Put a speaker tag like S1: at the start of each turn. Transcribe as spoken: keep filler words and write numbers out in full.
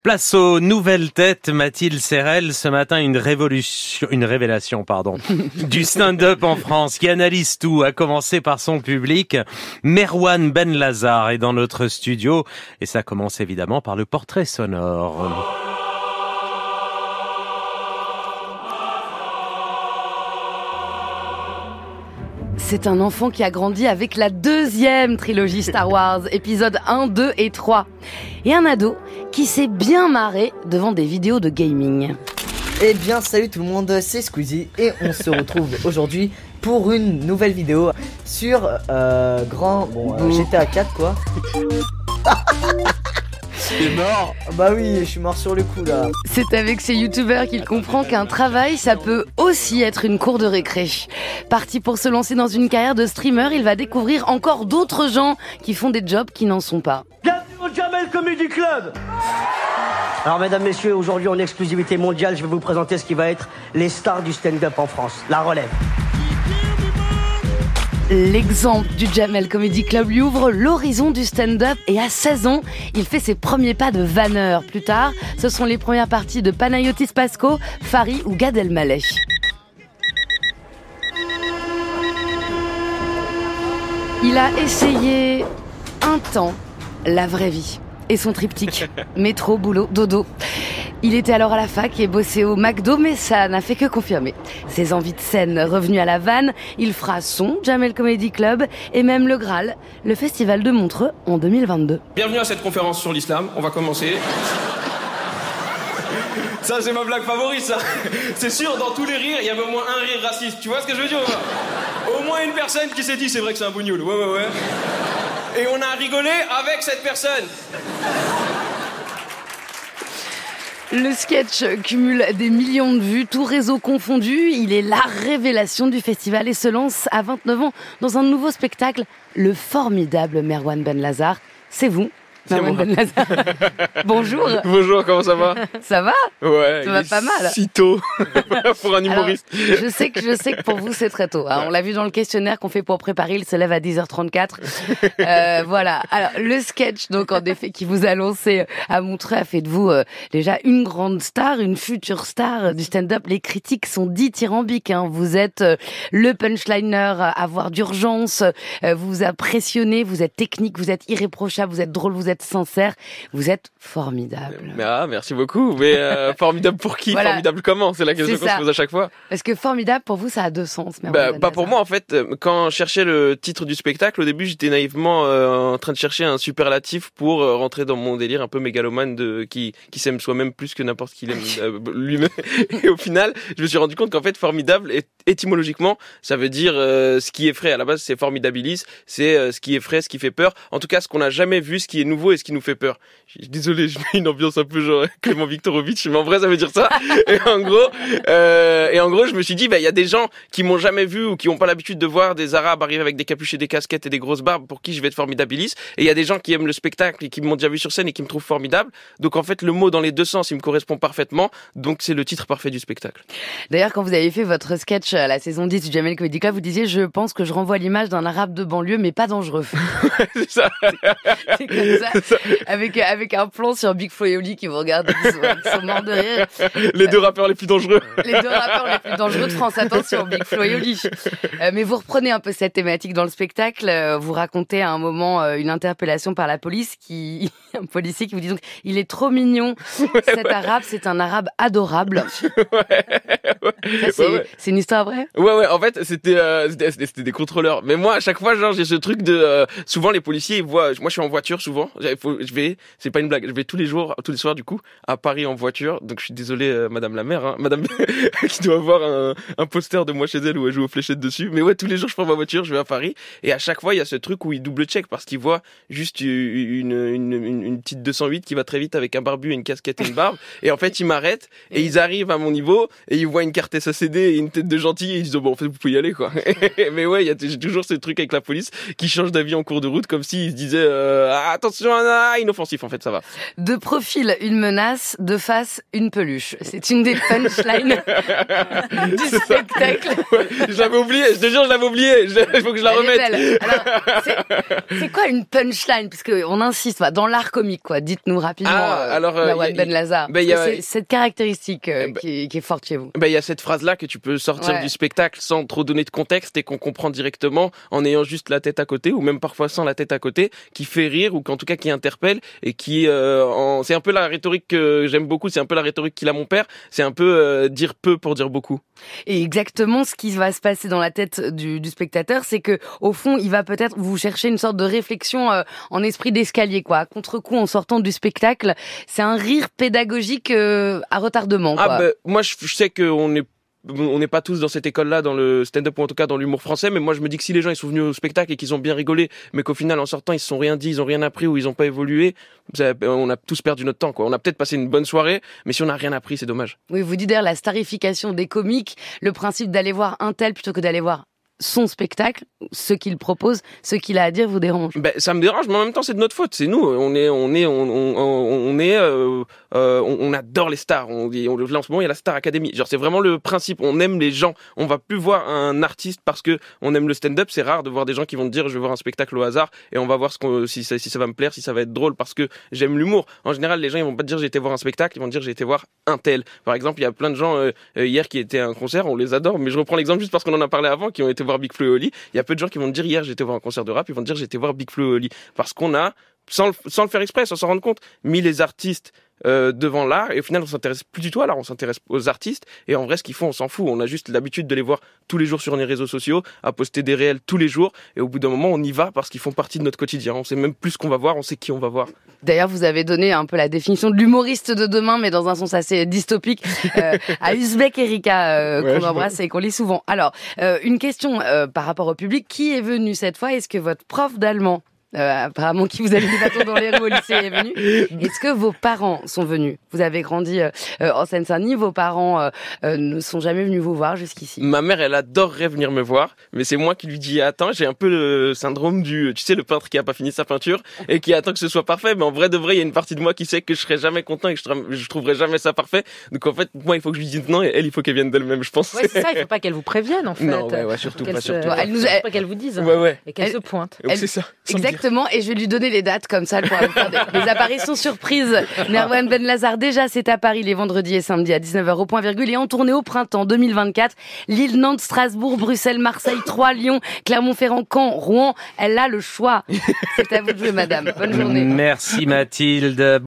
S1: Place aux nouvelles têtes, Mathilde Serrel. Ce matin, une révolution, une révélation, pardon, du stand-up en France qui analyse tout, à commencer par son public. Merwan Benlazar est dans notre studio et ça commence évidemment par le portrait sonore.
S2: C'est un enfant qui a grandi avec la deuxième trilogie Star Wars, épisodes un, deux et trois. Et un ado qui s'est bien marré devant des vidéos de gaming.
S3: Eh bien, salut tout le monde, c'est Squeezie et on se retrouve aujourd'hui pour une nouvelle vidéo sur euh, grand... Bon, euh, G T A quatre quoi.
S4: T'es mort?
S3: Bah oui, je suis mort sur le coup là.
S2: C'est avec ces youtubeurs qu'il comprend qu'un travail, ça peut aussi être une cour de récré. Parti pour se lancer dans une carrière de streamer, il va découvrir encore d'autres gens qui font des jobs qui n'en sont pas.
S5: Bienvenue au Jamel Comedy Club. Alors mesdames, messieurs, aujourd'hui en exclusivité mondiale, je vais vous présenter ce qui va être les stars du stand-up en France. La relève.
S2: L'exemple du Jamel Comedy Club lui ouvre l'horizon du stand-up et à seize ans, il fait ses premiers pas de vanneur. Plus tard, ce sont les premières parties de Panayotis Pasco, Fari ou Gad Elmaleh. Il a essayé un temps la vraie vie et son triptyque métro, boulot, dodo. Il était alors à la fac et bossait au McDo, mais ça n'a fait que confirmer ses envies de scène. Revenu à la vanne, il fera son Jamel Comedy Club et même le Graal, le festival de Montreux en deux mille vingt-deux.
S6: Bienvenue à cette conférence sur l'islam, on va commencer. Ça c'est ma blague favorite ça. C'est sûr, dans tous les rires, il y avait au moins un rire raciste. Tu vois ce que je veux dire ou pas? Au moins une personne qui s'est dit c'est vrai que c'est un bougnoul. Ouais ouais ouais. Et on a rigolé avec cette personne.
S2: Le sketch cumule des millions de vues, tout réseau confondu. Il est la révélation du festival et se lance à vingt-neuf ans dans un nouveau spectacle, le formidable Merwan Benlazar. C'est vous, Merwan Benlazar. Bonjour.
S4: Bonjour, comment ça va?
S2: Ça va?
S4: Ouais.
S2: Ça va pas mal.
S4: Si tôt pour un humoriste.
S2: Alors, je sais que je sais que pour vous c'est très tôt. Hein. On l'a vu dans le questionnaire qu'on fait pour préparer. Il se lève à dix heures trente-quatre. Euh, voilà. Alors le sketch donc en effet qui vous a lancé à Montreux a fait de vous euh, déjà une grande star, une future star du stand-up. Les critiques sont dithyrambiques. Hein. Vous êtes euh, le punchliner à voir d'urgence. Euh, vous vous impressionnez. Vous êtes technique. Vous êtes irréprochable. Vous êtes drôle. Vous êtes sincère. Vous êtes formidable.
S4: Mais ah, merci beaucoup. Mais euh, formidable pour qui? Voilà. Formidable comment? C'est la question qu'on se pose à chaque fois.
S2: Parce que formidable pour vous, ça a deux sens.
S4: Bah, pas pour moi en fait. Quand je cherchais le titre du spectacle, au début, j'étais naïvement euh, en train de chercher un superlatif pour euh, rentrer dans mon délire un peu mégalomane de qui qui s'aime soi-même plus que n'importe qui l'aime euh, lui-même. Et au final, je me suis rendu compte qu'en fait, formidable, est, étymologiquement, ça veut dire euh, ce qui effraie. À la base, c'est formidabilis, c'est euh, ce qui effraie, ce qui fait peur. En tout cas, ce qu'on n'a jamais vu, ce qui est nouveau et ce qui nous fait peur. Désolé, je mets une ambiance un peu genre Clément Viktorovitch, mais en vrai ça veut dire ça. Et en gros, euh, et en gros, je me suis dit, bah il y a des gens qui m'ont jamais vu ou qui ont pas l'habitude de voir des Arabes arriver avec des capuches et des casquettes et des grosses barbes, pour qui je vais être formidabilis. Et il y a des gens qui aiment le spectacle et qui m'ont déjà vu sur scène et qui me trouvent formidable. Donc en fait, le mot dans les deux sens, il me correspond parfaitement. Donc c'est le titre parfait du spectacle.
S2: D'ailleurs, quand vous avez fait votre sketch à la saison dix du Jamel Comedy Club, vous disiez, je pense que je renvoie l'image d'un Arabe de banlieue, mais pas dangereux.
S4: C'est ça.
S2: C'est comme ça. C'est ça. Avec avec un plan sur Big Flo et Oli qui vous regardent, ils sont, ils sont morts de rire.
S4: Les deux rappeurs les plus dangereux.
S2: Les deux rappeurs les plus dangereux de France. Attention, Big Flo et Oli. Euh, mais vous reprenez un peu cette thématique dans le spectacle. Euh, vous racontez à un moment euh, une interpellation par la police, qui un policier qui vous dit donc il est trop mignon. Ouais, Cet ouais. arabe, c'est un arabe adorable. Ouais. Ça, c'est, ouais, ouais. c'est une histoire vraie.
S4: Ouais ouais. En fait, c'était, euh, c'était c'était des contrôleurs. Mais moi, à chaque fois, genre, j'ai ce truc de euh, souvent les policiers ils voient. Moi, je suis en voiture souvent. Faut, je vais. C'est pas une blague. Je vais tous les jours, tous les soirs du coup, à Paris en voiture. Donc je suis désolé, euh, Madame la maire, hein, Madame qui doit avoir un, un poster de moi chez elle où elle joue aux fléchettes dessus. Mais ouais, tous les jours je prends ma voiture, je vais à Paris, et à chaque fois il y a ce truc où il double check parce qu'il voit juste une, une, une, une petite deux cent huit qui va très vite avec un barbu et une casquette et une barbe. Et en fait ils m'arrêtent et ils arrivent à mon niveau et ils voient une carte S A C D et une tête de gentil et ils disent oh, bon en fait vous pouvez y aller quoi. Mais ouais, il y a j'ai toujours ce truc avec la police qui change d'avis en cours de route comme s'ils se disaient euh, ah, attention besoin ah, inoffensif en fait, ça va.
S2: De profil, une menace, de face, une peluche. C'est une des punchlines du spectacle.
S4: Ouais, je l'avais oublié, je te jure, je l'avais oublié. Il faut que je la
S2: Elle
S4: remette.
S2: est belle. Alors, c'est, c'est quoi une punchline? Parce que on insiste, bah, dans l'art comique, quoi. Dites-nous rapidement.
S4: Ah,
S2: euh,
S4: alors, euh,
S2: Merwan
S4: y a-
S2: Ben Lazar.
S4: bah,
S2: Parce
S4: y a-
S2: que c'est cette caractéristique euh,
S4: bah,
S2: qui, est, qui est forte chez vous.
S4: Ben, il y a cette phrase-là que tu peux sortir
S2: Ouais.
S4: du spectacle sans trop donner de contexte et qu'on comprend directement en ayant juste la tête à côté ou même parfois sans la tête à côté, qui fait rire ou qu'en tout cas qui interpelle et qui, euh, en... c'est un peu la rhétorique que j'aime beaucoup, c'est un peu la rhétorique qu'il a mon père, c'est un peu euh, dire peu pour dire beaucoup.
S2: Et exactement ce qui va se passer dans la tête du, du spectateur, c'est que au fond, il va peut-être vous chercher une sorte de réflexion euh, en esprit d'escalier, quoi. À contre-coup, en sortant du spectacle, c'est un rire pédagogique euh, à retardement, quoi.
S4: Ah ben, moi je, je sais qu'on est on n'est pas tous dans cette école-là, dans le stand-up ou en tout cas dans l'humour français, mais moi je me dis que si les gens ils sont venus au spectacle et qu'ils ont bien rigolé, mais qu'au final en sortant ils se sont rien dit, ils ont rien appris ou ils ont pas évolué, ça, on a tous perdu notre temps, quoi. On a peut-être passé une bonne soirée, mais si on n'a rien appris, c'est dommage.
S2: Oui, vous dites d'ailleurs la starification des comiques, le principe d'aller voir un tel plutôt que d'aller voir son spectacle, ce qu'il propose, ce qu'il a à dire vous dérange.
S4: Ben ça me dérange, mais en même temps c'est de notre faute, c'est nous. On est, on est, on, on, on est, euh, euh, on, on adore les stars. On dit, on, là en ce moment il y a la Star Academy. Genre c'est vraiment le principe. On aime les gens. On va plus voir un artiste parce que on aime le stand-up. C'est rare de voir des gens qui vont te dire je vais voir un spectacle au hasard et on va voir ce qu'on, si ça, si ça va me plaire, si ça va être drôle parce que j'aime l'humour. En général les gens ils vont pas te dire j'ai été voir un spectacle, ils vont te dire j'ai été voir un tel. Par exemple il y a plein de gens euh, hier qui étaient à un concert, on les adore. Mais je reprends l'exemple juste parce qu'on en a parlé avant, qui ont été voir Big Flo et Oli. Il y a peu de gens qui vont te dire hier j'étais voir un concert de rap, ils vont te dire j'étais voir Big Flo et Oli parce qu'on a sans le, sans le faire exprès, sans s'en rendre compte, mis les artistes euh, devant l'art et au final on s'intéresse plus du tout à l'art, on s'intéresse aux artistes et en vrai ce qu'ils font on s'en fout, on a juste l'habitude de les voir tous les jours sur les réseaux sociaux, à poster des réels tous les jours et au bout d'un moment on y va parce qu'ils font partie de notre quotidien, on sait même plus ce qu'on va voir, on sait qui on va voir.
S2: D'ailleurs, vous avez donné un peu la définition de l'humoriste de demain, mais dans un sens assez dystopique, euh, à Uzbek Erika, euh,
S4: Ouais,
S2: qu'on
S4: je
S2: embrasse et qu'on lit souvent. Alors, euh, une question euh, par rapport au public. Qui est venu cette fois? Est-ce que votre prof d'allemand, euh, apparemment qui vous a mis des bâtons dans les roues au lycée, est venu? Est-ce que vos parents sont venus? Vous avez grandi euh, en Seine-Saint-Denis, vos parents euh, euh, ne sont jamais venus vous voir jusqu'ici.
S4: Ma mère, elle adorerait venir me voir, mais c'est moi qui lui dis attends, j'ai un peu le syndrome du, tu sais, le peintre qui a pas fini sa peinture et qui attend que ce soit parfait, mais en vrai de vrai, il y a une partie de moi qui sait que je serai jamais content et que je, tra- je trouverai jamais ça parfait. Donc en fait, moi, il faut que je lui dise non et elle, il faut qu'elle vienne d'elle-même, je pense.
S7: Ouais, c'est ça, il faut pas qu'elle vous prévienne en fait.
S4: Non, ouais, ouais, surtout
S7: Qu'elle
S4: pas,
S7: se-
S4: surtout
S7: ouais,
S4: pas.
S7: Elle nous,
S2: Elle-
S7: pas qu'elle vous dise.
S4: Ouais, ouais.
S7: Et qu'elle
S2: Elle-
S7: se pointe.
S4: Donc
S2: Elle-
S4: c'est ça. sans me dire.
S2: Exactement, et je vais lui donner les dates comme ça, elle pourra vous faire des, des apparitions surprises. Merwan Ben Lazar, déjà, c'est à Paris les vendredis et samedis à dix-neuf heures au point virgule et en tournée au printemps deux mille vingt-quatre. Lille, Nantes, Strasbourg, Bruxelles, Marseille, Troyes, Lyon, Clermont-Ferrand, Caen, Rouen. Elle a le choix. C'est à vous de jouer, madame. Bonne journée.
S1: Merci Mathilde.